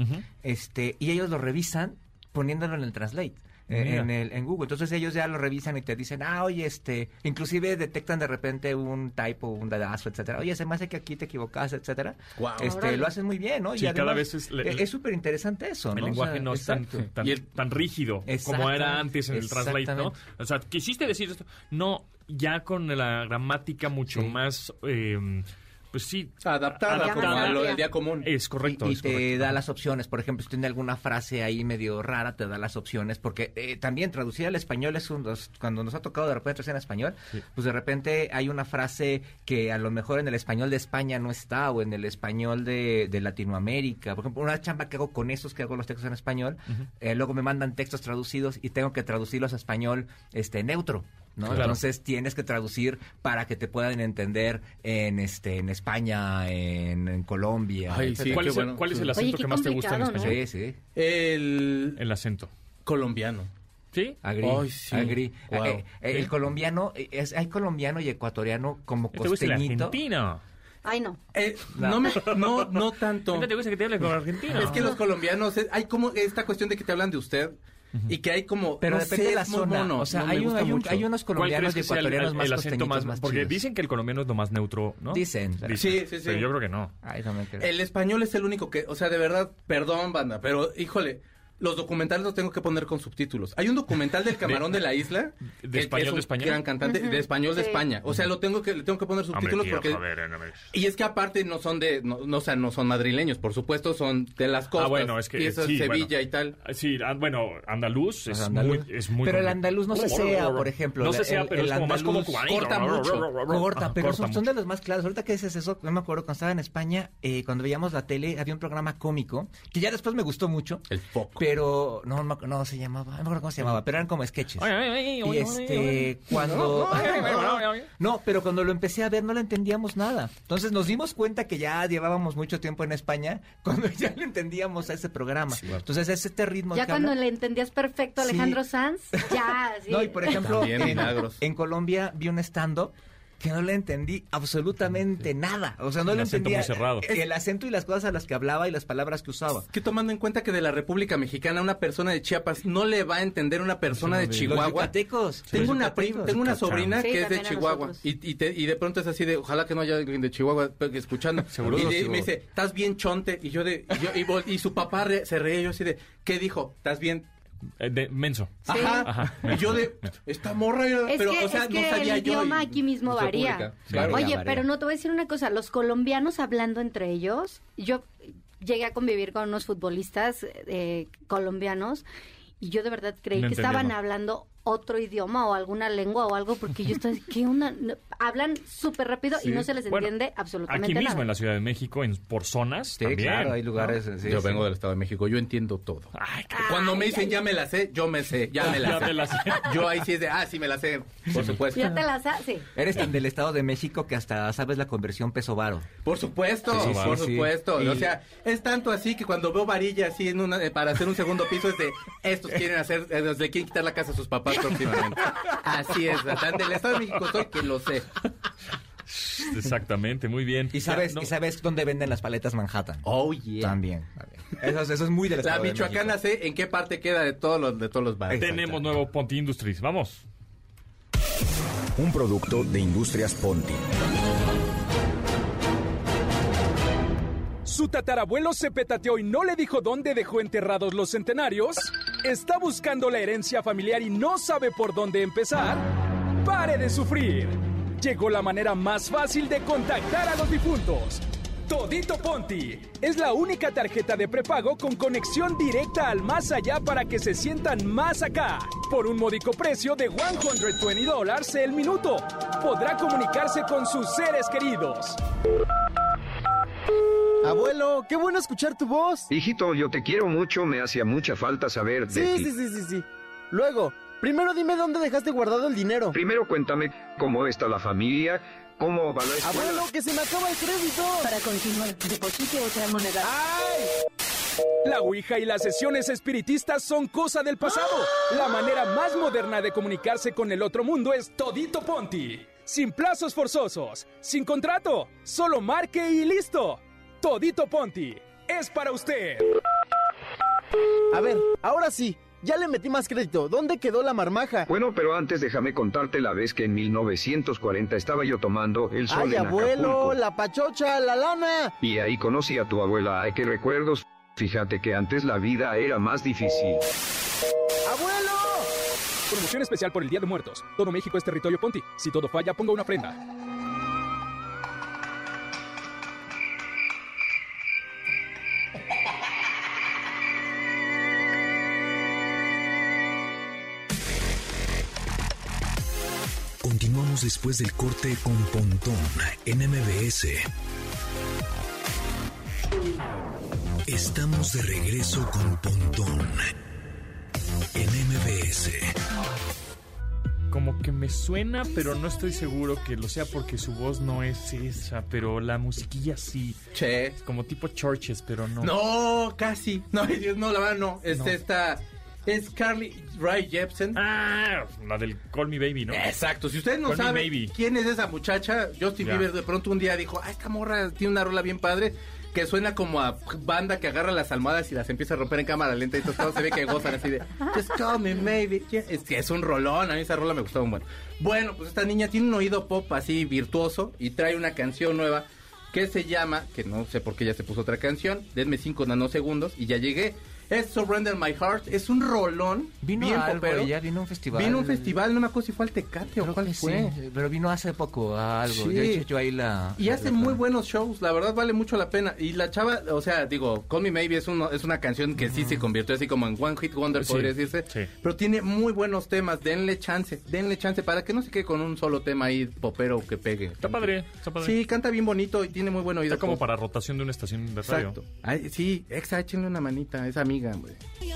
Y ellos lo revisan poniéndolo en el Translate. En Google. Entonces ellos ya lo revisan y te dicen, oye, inclusive detectan de repente un typo, un dedazo, etcétera. Oye, se me hace que aquí te equivocaste, etcétera. Wow. Lo hacen muy bien, ¿no? Sí, y además, cada vez es súper interesante eso, ¿no? El lenguaje no es tan rígido como era antes en el Translate, ¿no? O sea, quisiste decir esto. No, ya con la gramática mucho más... pues sí, adaptada a lo del día común. Es correcto. Y te da las opciones. Por ejemplo, si tiene alguna frase ahí medio rara, te da las opciones. Porque también traducir al español cuando nos ha tocado de repente traducir en español, pues de repente hay una frase que a lo mejor en el español de España no está, o en el español de Latinoamérica. Por ejemplo, una chamba que hago con esos que hago los textos en español, luego me mandan textos traducidos y tengo que traducirlos a español neutro, ¿no? Claro. Entonces tienes que traducir para que te puedan entender en España, en Colombia. Ay, sí, ¿Cuál es el acento que más te gusta en español? ¿No? Sí. El acento colombiano. ¿Sí? Agri. Wow. El colombiano, hay colombiano y ecuatoriano como costeñito. ¿Te gusta el argentino? Ay, no. No tanto. ¿Te gusta que te hable con argentino? Es que los colombianos, hay como esta cuestión de que te hablan de usted. Y que hay como... Pero depende de la zona. O sea, hay unos colombianos y ecuatorianos más costeñitos, más porque dicen que el colombiano es lo más neutro, ¿no? Dicen. Sí. Pero yo creo que no. El español es el único que... O sea, de verdad, perdón, banda, pero, híjole... Los documentales los tengo que poner con subtítulos. Hay un documental del Camarón de la Isla. ¿De español de España? Gran cantante de español de España. O sea, le tengo que poner subtítulos porque... Y es que aparte no son madrileños, por supuesto, son de las costas. Bueno, es que... Y eso es Sevilla y tal. Sí, andaluz es muy... Pero el andaluz no se sea, por ejemplo. No se sea, pero es como más como cubanito. Corta mucho. Corta, pero son de los más claros. Ahorita que dices eso, yo me acuerdo cuando estaba en España, cuando veíamos la tele, había un programa cómico, que ya después me gustó mucho. El Foco. Pero no se llamaba, no me acuerdo cómo se llamaba, pero eran como sketches. Pero cuando lo empecé a ver no le entendíamos nada. Entonces nos dimos cuenta que ya llevábamos mucho tiempo en España cuando ya le entendíamos a ese programa. Sí, entonces es este ritmo. Ya cuando le entendías perfecto a Alejandro Sanz, ya. Sí. No, y por ejemplo, en Colombia vi un stand-up que no le entendí absolutamente nada. O sea, no le entendía el acento y las cosas a las que hablaba y las palabras que usaba. Que tomando en cuenta que de la República Mexicana una persona de Chiapas no le va a entender una persona de Chihuahua. Los yucatecos. Tengo una sobrina que es de Chihuahua y de pronto es así de, ojalá que no haya alguien de Chihuahua escuchando. Y me dice, estás bien chonte. Y su papá se reía, yo así de, ¿qué dijo? ¿Estás bien? Menso. Sí. Ajá. Y yo esta morra, pero no sabía el idioma aquí mismo varía. Claro. Oye, pero no te voy a decir una cosa, los colombianos hablando entre ellos, yo llegué a convivir con unos futbolistas colombianos y yo de verdad creí que estaban hablando otro idioma o alguna lengua o algo, porque yo estaba, ¿qué onda? Hablan súper rápido y no se les entiende absolutamente nada. Aquí mismo en la Ciudad de México, por zonas, también. Claro, hay lugares. ¿No? Yo vengo del Estado de México, yo entiendo todo. Cuando me dicen ya me la sé, yo me sé, ya me la sé. Yo ahí sí es de, sí me la sé, por supuesto. Ya te la sabes, sí. Eres tan del Estado de México que hasta sabes la conversión peso-varo. Por supuesto, por supuesto. O sea, es tanto así que cuando veo varilla así para hacer un segundo piso es de, estos quieren le quieren quitar la casa a sus papás próximamente. Así es, tan del Estado de México soy que lo sé. Exactamente, muy bien. ¿Y sabes dónde venden las paletas Manhattan? Oh, yeah. También. Eso es muy del Estado de México. La michoacana sé en qué parte queda de todos los bares. Tenemos nuevo Ponti Industries, vamos. Un producto de Industrias Ponti. ¿Su tatarabuelo se petateó y no le dijo dónde dejó enterrados los centenarios? ¿Está buscando la herencia familiar y no sabe por dónde empezar? ¡Pare de sufrir! Llegó la manera más fácil de contactar a los difuntos. Todito Ponti es la única tarjeta de prepago con conexión directa al más allá para que se sientan más acá. Por un módico precio de $120 el minuto, podrá comunicarse con sus seres queridos. Abuelo, qué bueno escuchar tu voz. Hijito, yo te quiero mucho, me hacía mucha falta saber de ti. Sí. Luego, primero dime dónde dejaste guardado el dinero. Primero cuéntame cómo está la familia, cómo va la escuela. Abuelo, que se me acaba el crédito. Para continuar, deposite otra moneda. ¡Ay! La Ouija y las sesiones espiritistas son cosa del pasado. La manera más moderna de comunicarse con el otro mundo es Todito Ponti. Sin plazos forzosos, sin contrato, solo marque y listo. Todito Ponti es para usted. A ver, ahora sí, ya le metí más crédito. ¿Dónde quedó la marmaja? Bueno, pero antes déjame contarte la vez que en 1940 estaba yo tomando el sol en Acapulco. ¡Ay, abuelo! ¡La pachocha, la lana! Y ahí conocí a tu abuela. ¡Ay, qué recuerdos! Fíjate que antes la vida era más difícil. ¡Abuelo! Promoción especial por el Día de Muertos. Todo México es territorio Ponti. Si todo falla, ponga una ofrenda. Continuamos después del corte con Pontón en MBS. Estamos de regreso con Pontón en MBS. Como que me suena, pero no estoy seguro que lo sea porque su voz no es esa, pero la musiquilla sí. Che. Como tipo Churches, pero no. No, casi. No, Dios, no, la verdad no. Esta es Carly Rae Jepsen. Ah, la del Call Me Baby, ¿no? Exacto. Si ustedes no saben quién es esa muchacha, Justin Bieber de pronto un día dijo, esta morra tiene una rola bien padre que suena como a banda que agarra las almohadas y las empieza a romper en cámara lenta y todos se ve que gozan así de Just call me maybe. Es que es un rolón, a mí esa rola me gustó un buen. Bueno, pues esta niña tiene un oído pop así virtuoso y trae una canción nueva que se llama, que no sé por qué ya se puso otra canción, denme 5 nanosegundos y ya llegué. Es Surrender My Heart, es un rolón. Vino bien algo, popero. ya vino a un festival. Vino a un festival, no me acuerdo si fue al Tecate o cuál fue. Sí, pero vino hace poco a algo. Sí. Yo ahí la... Y hace muy buenos shows, la verdad vale mucho la pena. Y la chava, o sea, digo, Call Me Maybe es una canción que sí se convirtió así como en One Hit Wonder, podría decirse. Sí. Pero tiene muy buenos temas, denle chance para que no se quede con un solo tema ahí popero que pegue. Está padre. Sí, canta bien bonito y tiene muy buen oído. Está como para rotación de una estación de radio. Exacto. Ay, sí, échenle una manita, es amiga, güey.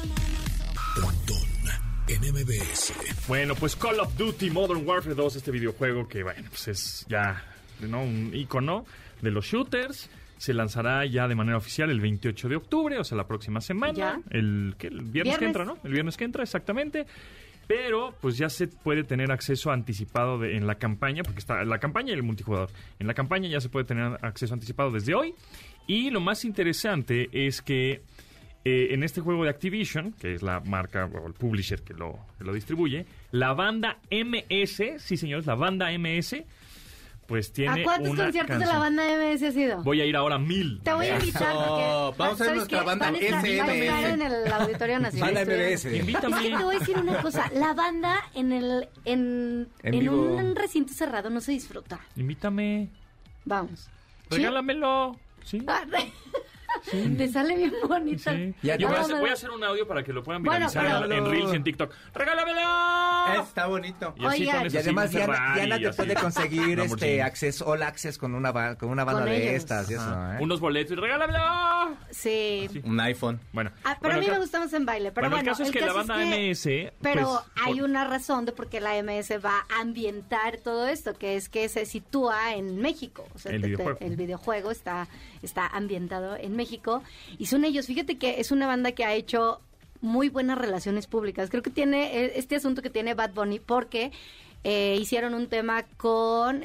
Pontón en MBS. Bueno, pues Call of Duty Modern Warfare 2, este videojuego que, bueno, pues es ya, ¿no?, un ícono de los shooters. Se lanzará ya de manera oficial el 28 de octubre, o sea, la próxima semana. ¿Ya? El viernes que entra, ¿no? El viernes que entra, exactamente. Pero, pues ya se puede tener acceso anticipado en la campaña, porque está la campaña y el multijugador. En la campaña ya se puede tener acceso anticipado desde hoy. Y lo más interesante es que en este juego de Activision, que es la marca o el publisher que lo distribuye, la banda MS, sí señores, la banda MS, pues tiene ¿A cuántos conciertos de la banda MS has ido? Voy a ir ahora a 1000. Te voy a invitar porque... Vamos a ver nuestra banda SMS. en el Auditorio Nacional. Banda MS. Invítame. Es que te voy a decir una cosa. La banda en un recinto cerrado no se disfruta. Invítame. Vamos. Regálamelo. Sí. Sí. Te sale bien bonita. Sí. Yo voy a hacer un audio para que lo puedan viralizar en Reels y en TikTok. ¡Regálamelo! Está bonito. Y además Diana te puede conseguir acceso, all access con una banda de estas y eso, unos boletos y ¡regálamelo! Sí. Un iPhone. Bueno. Pero a mí me gusta más en baile. Pero el caso es que la banda MS... Pero hay una razón de por qué la MS va a ambientar todo esto, que es que se sitúa en México. O sea, el videojuego está ambientado en México. Y son ellos, fíjate que es una banda que ha hecho muy buenas relaciones públicas. Creo que tiene este asunto que tiene Bad Bunny porque hicieron un tema con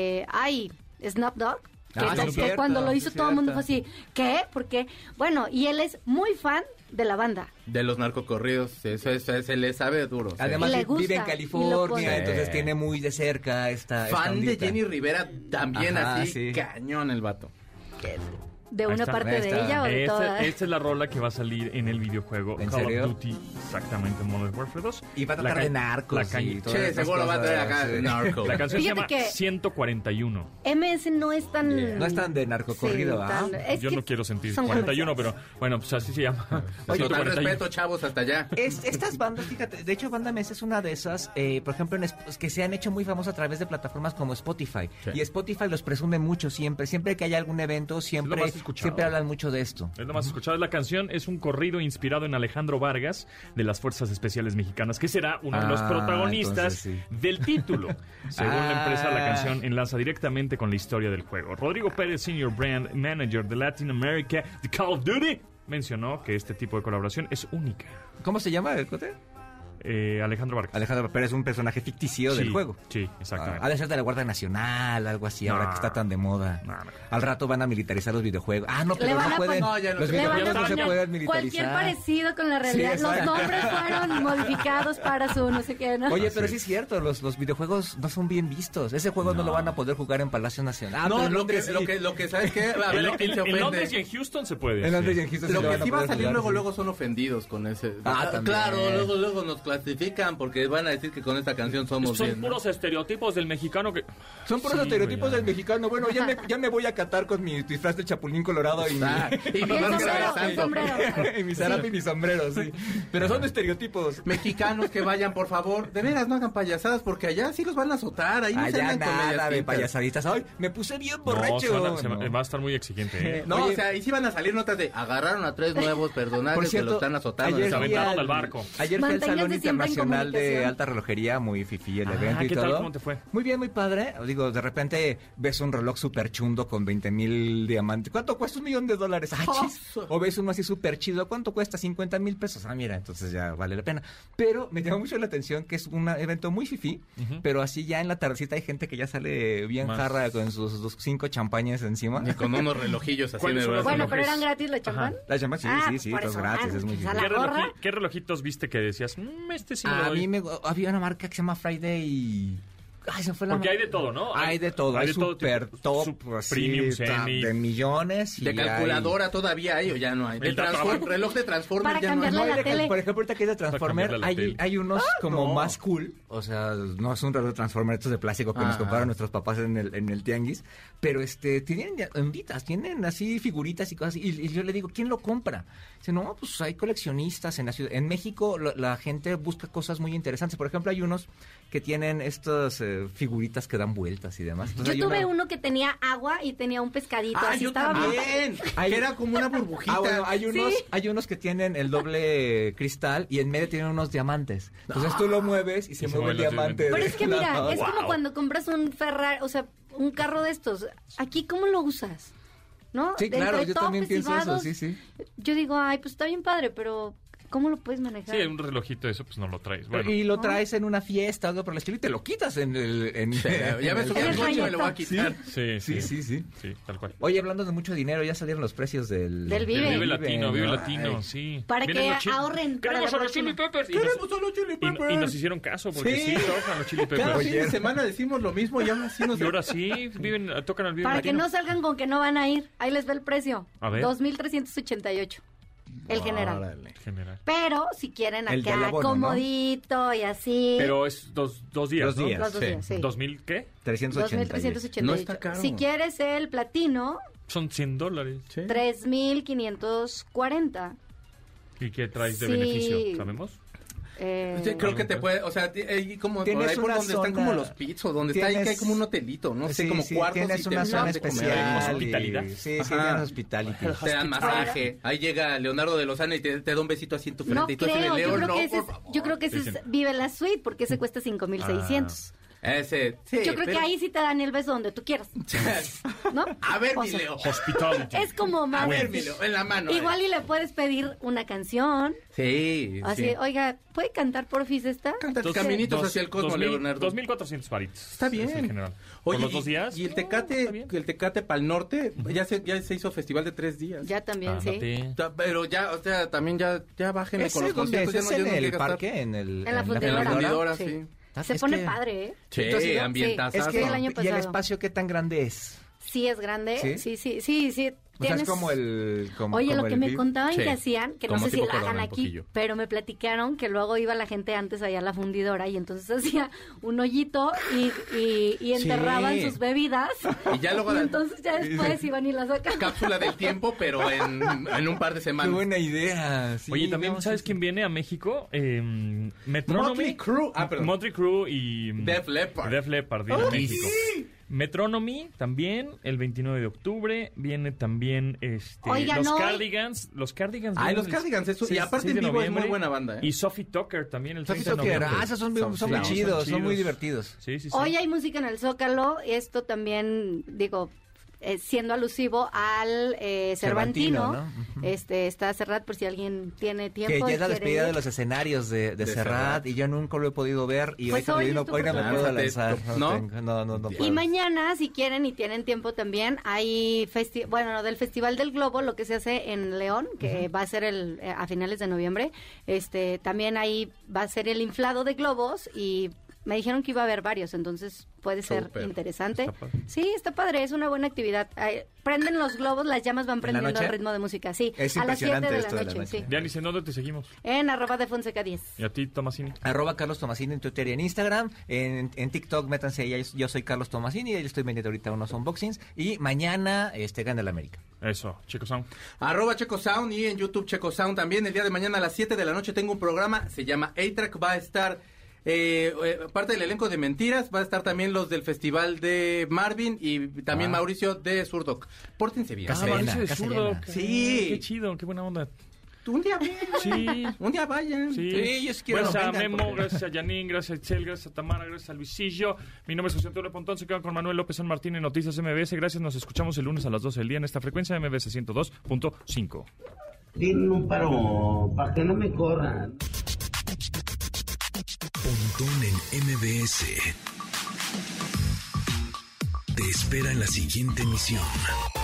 Snoop Dogg. Que cuando lo hizo todo el mundo fue así, ¿qué? ¿Por qué? Bueno, y él es muy fan de la banda. De los narcocorridos, se le sabe duro. Además vive en California, entonces tiene muy de cerca esta fan ondita. de Jenny Rivera también. Ajá, así, sí. Cañón el vato. ¿De una parte de ella o de toda? Esta es la rola que va a salir en el videojuego Call of Duty, exactamente, en Modern Warfare 2. Y va a tratar de narcos. Seguro va a traer acá de narcos. La canción se llama 141. MS no es tan... No es tan de narcocorrido, ¿ah? Yo no quiero sentir 41, pero bueno, pues así se llama. Oye, con respeto, chavos, hasta allá. Estas bandas, fíjate, de hecho Banda MS es una de esas, por ejemplo, que se han hecho muy famosas a través de plataformas como Spotify. Sí. Y Spotify los presume mucho siempre que haya algún evento, siempre hablan mucho de esto. Es lo más escuchado. La canción es un corrido inspirado en Alejandro Vargas de las Fuerzas Especiales Mexicanas, que será uno de los protagonistas del título. Según la empresa, la canción enlaza directamente con la historia del juego. Rodrigo Pérez, Senior Brand Manager de Latin America de Call of Duty, mencionó que este tipo de colaboración es única. ¿Cómo se llama el cote? Alejandro Vargas. Alejandro, pero es un personaje ficticio del juego. Sí, exactamente. Ha de ser de la Guardia Nacional, algo así, ahora que está tan de moda. Al rato van a militarizar los videojuegos. No, pero no pueden. Los videojuegos no se pueden militarizar. Cualquier parecido con la realidad. Los nombres fueron modificados para su no sé qué, ¿no? Oye, pero sí es cierto, los videojuegos no son bien vistos. Ese juego no lo van a poder jugar en Palacio Nacional. No, lo que ¿sabes qué? A ver, en Londres y en Houston se puede. En Londres y en Houston lo que sí va a salir luego son ofendidos con ese. Claro, luego nos clasifican porque van a decir que con esta canción son puros estereotipos del mexicano que... Son puros estereotipos del mexicano. Bueno, ya me voy a catar con mi disfraz de Chapulín Colorado y mi sombrero. Y mi zarape y mi sombrero, sí. Pero son estereotipos. Mexicanos que vayan, por favor. De veras, no hagan payasadas porque allá sí los van a azotar. Ahí no allá nada de payasaditas. Ay, me puse bien borracho. Va a estar muy exigente. No, oye, o sea, y sí van a salir notas de agarraron a 3 nuevos personajes que lo están azotando. Se aventaron al barco. Ayer fue el Salón Internacional de Alta Relojería, muy fifí el evento y ¿qué todo. tal? ¿Cómo te fue? Muy bien, muy padre. Digo, de repente ves un reloj súper chundo con 20,000 diamantes. ¿Cuánto cuesta? $1,000,000. ¡Ay, chis! O ves uno así súper chido. ¿Cuánto cuesta? 50,000 pesos. Mira, entonces ya vale la pena. Pero me llamó mucho la atención que es un evento muy fifí, pero así ya en la tardecita hay gente que ya sale bien jarra con sus 5 champañas encima. Y con unos relojillos así. Bueno, pero eran gratis la champán. La champán, sí, todos gratis. Es muy difícil. ¿Qué relojitos viste que decías? Este sí me lo doy? A mí había una marca que se llama Friday. Se fue porque hay de todo, ¿no? Hay de todo. Hay super top, premium, de millones. De calculadora todavía hay o ya no hay. Reloj de Transformer ya no hay. Por ejemplo, ahorita que es de Transformer, hay unos como más cool. O sea, no es un reloj de Transformer, estos de plástico que nos compraron nuestros papás en el tianguis. Pero tienen onditas, tienen así figuritas y cosas. Y yo le digo, ¿quién lo compra? Dice, no, pues hay coleccionistas en la ciudad. En México la gente busca cosas muy interesantes. Por ejemplo, hay unos que tienen estas figuritas que dan vueltas y demás. Entonces, yo tuve uno que tenía agua y tenía un pescadito. Así yo estaba bien. Que era como una burbujita. Bueno, hay unos que tienen el doble cristal y en medio tienen unos diamantes. Entonces tú lo mueves y se mueve el diamante. Pero es que mira, es como cuando compras un Ferrari, o sea, un carro de estos. Aquí, ¿cómo lo usas? ¿No? Sí, claro, yo también pienso eso, sí. Yo digo, pues está bien padre, pero ¿cómo lo puedes manejar? Sí, un relojito eso, pues no lo traes. Bueno. Y lo traes en una fiesta, algo por el estilo, y te lo quitas en el... ya me subí al coche y me lo voy a quitar. Sí, tal cual. Oye, hablando de mucho dinero, ya salieron los precios del Vive Latino, sí. Para que ahorren. Queremos a los Chili Peppers. Y nos hicieron caso, porque sí trabajan los Chili Peppers. Cada fin de semana decimos lo mismo y ahora sí Y ahora sí, tocan al Vive Latino. Para que no salgan con que no van a ir. Ahí les ve el precio. A ver. 2,388. El general. Pero si quieren acá comodito, ¿no? Y así. Pero es dos días, ¿no? Dos días, sí. ¿2,000 qué? 2,388. No está caro. Si quieres el platino, son $100. Sí. 3,540. ¿Y qué traes de beneficio? ¿Sabemos? Creo que te puede, o sea, como por ahí por donde zona, están como los pits o donde está ahí que hay como un hotelito, ¿no? Sí, como cuartos tienes una zona especial. Hospitalidad. Sí, tienes hospitality. Te dan masaje. Ahí llega Leonardo de Lozano y te da un besito así en tu frente. No y tú creo, Leo, yo creo que ese es Vive la Suite porque ese cuesta 5,600. Yo creo que ahí sí te dan el beso donde tú quieras. ¿No? A ver, mi Leo. Hospitality. Es como más. A ver, mi Leo, en la mano. Igual y le puedes pedir una canción. Sí. Así, oiga, ¿puede cantar porfis esta? Cantar Caminitos hacia el Cosmo, Leonardo. 2,400 varitos. Está bien. En general. Oye, ¿por los 2 días? Y el Tecate para el norte, ya se hizo festival de 3 días. Ya también, sí. Pero ya, o sea, también ya bájenle con los conciertos. ¿Es en el parque? En la fundidora, sí. Se pone padre, ¿eh? Sí, ambientazazo. Es que el año pasado. ¿Y el espacio qué tan grande es? sí es grande. Sí. O sea, es como el... Oye, lo que me VIP. contaban que hacían, que no sé si lo hagan aquí, poquillo. pero me platicaron que luego iba la gente antes allá a la fundidora y entonces hacía un hoyito y enterraban sus bebidas. Y ya luego... entonces ya después iban y las sacaban. Cápsula del tiempo, pero en un par de semanas. Qué buena idea. Sí, oye, también, ¿sabes quién viene a México? Metronomy. Motley Crue y... Def Leppard viene a México. Metronomy también, el 29 de octubre. Viene también Cardigans. Los Cardigans. Los Cardigans, eso. Y aparte en vivo es muy buena banda, Y Sophie Tucker también el 30 de noviembre. Esos son muy chidos, son muy divertidos. Sí. Hoy hay música en el Zócalo. Esto también, digo... siendo alusivo al Cervantino, ¿no? Está Serrat, por si alguien tiene tiempo. Que ya es la despedida de los escenarios de Serrat, y yo nunca lo he podido ver, y pues hoy no me puedo lanzar. ¿No? No y mañana, si quieren y tienen tiempo también, hay del Festival del Globo, lo que se hace en León, que va a ser a finales de noviembre. También ahí va a ser el inflado de globos, y me dijeron que iba a haber varios, entonces puede ser interesante. Sí, está padre, es una buena actividad. Prenden los globos, las llamas van prendiendo al ritmo de música. Sí, es a las 7 de esto la noche. Sí. Dianis, ¿en dónde te seguimos? En @defonseca10. ¿Y a ti, Tomasini? @Carlos Tomasini en Twitter y en Instagram. En TikTok, métanse, yo soy Carlos Tomasini, y yo estoy vendiendo ahorita unos unboxings. Y mañana gana el América. Eso, Checo Sound. @Checo Sound, y en YouTube Checo Sound también. El día de mañana a las 7 de la noche tengo un programa, se llama A-Track, va a estar... parte del elenco de Mentiras, va a estar también los del festival de Marvin y también Mauricio de Surdoc. Pórtense bien. Mauricio de Surdoc. Sí. Qué chido, qué buena onda. Un día vayan. Sí. Un día vayan. Sí. Yo quiero. Gracias a Memo, gracias a Janine, gracias a Itzel, gracias a Tamara, gracias a Luisillo. Mi nombre es José Antonio Pontón, se quedan con Manuel López San Martín en Noticias MBS. Gracias, nos escuchamos el lunes a las 12 del día en esta frecuencia MBS 102.5. Tienen un paro para que no me corran. Pontón en MBS. Te espera en la siguiente emisión.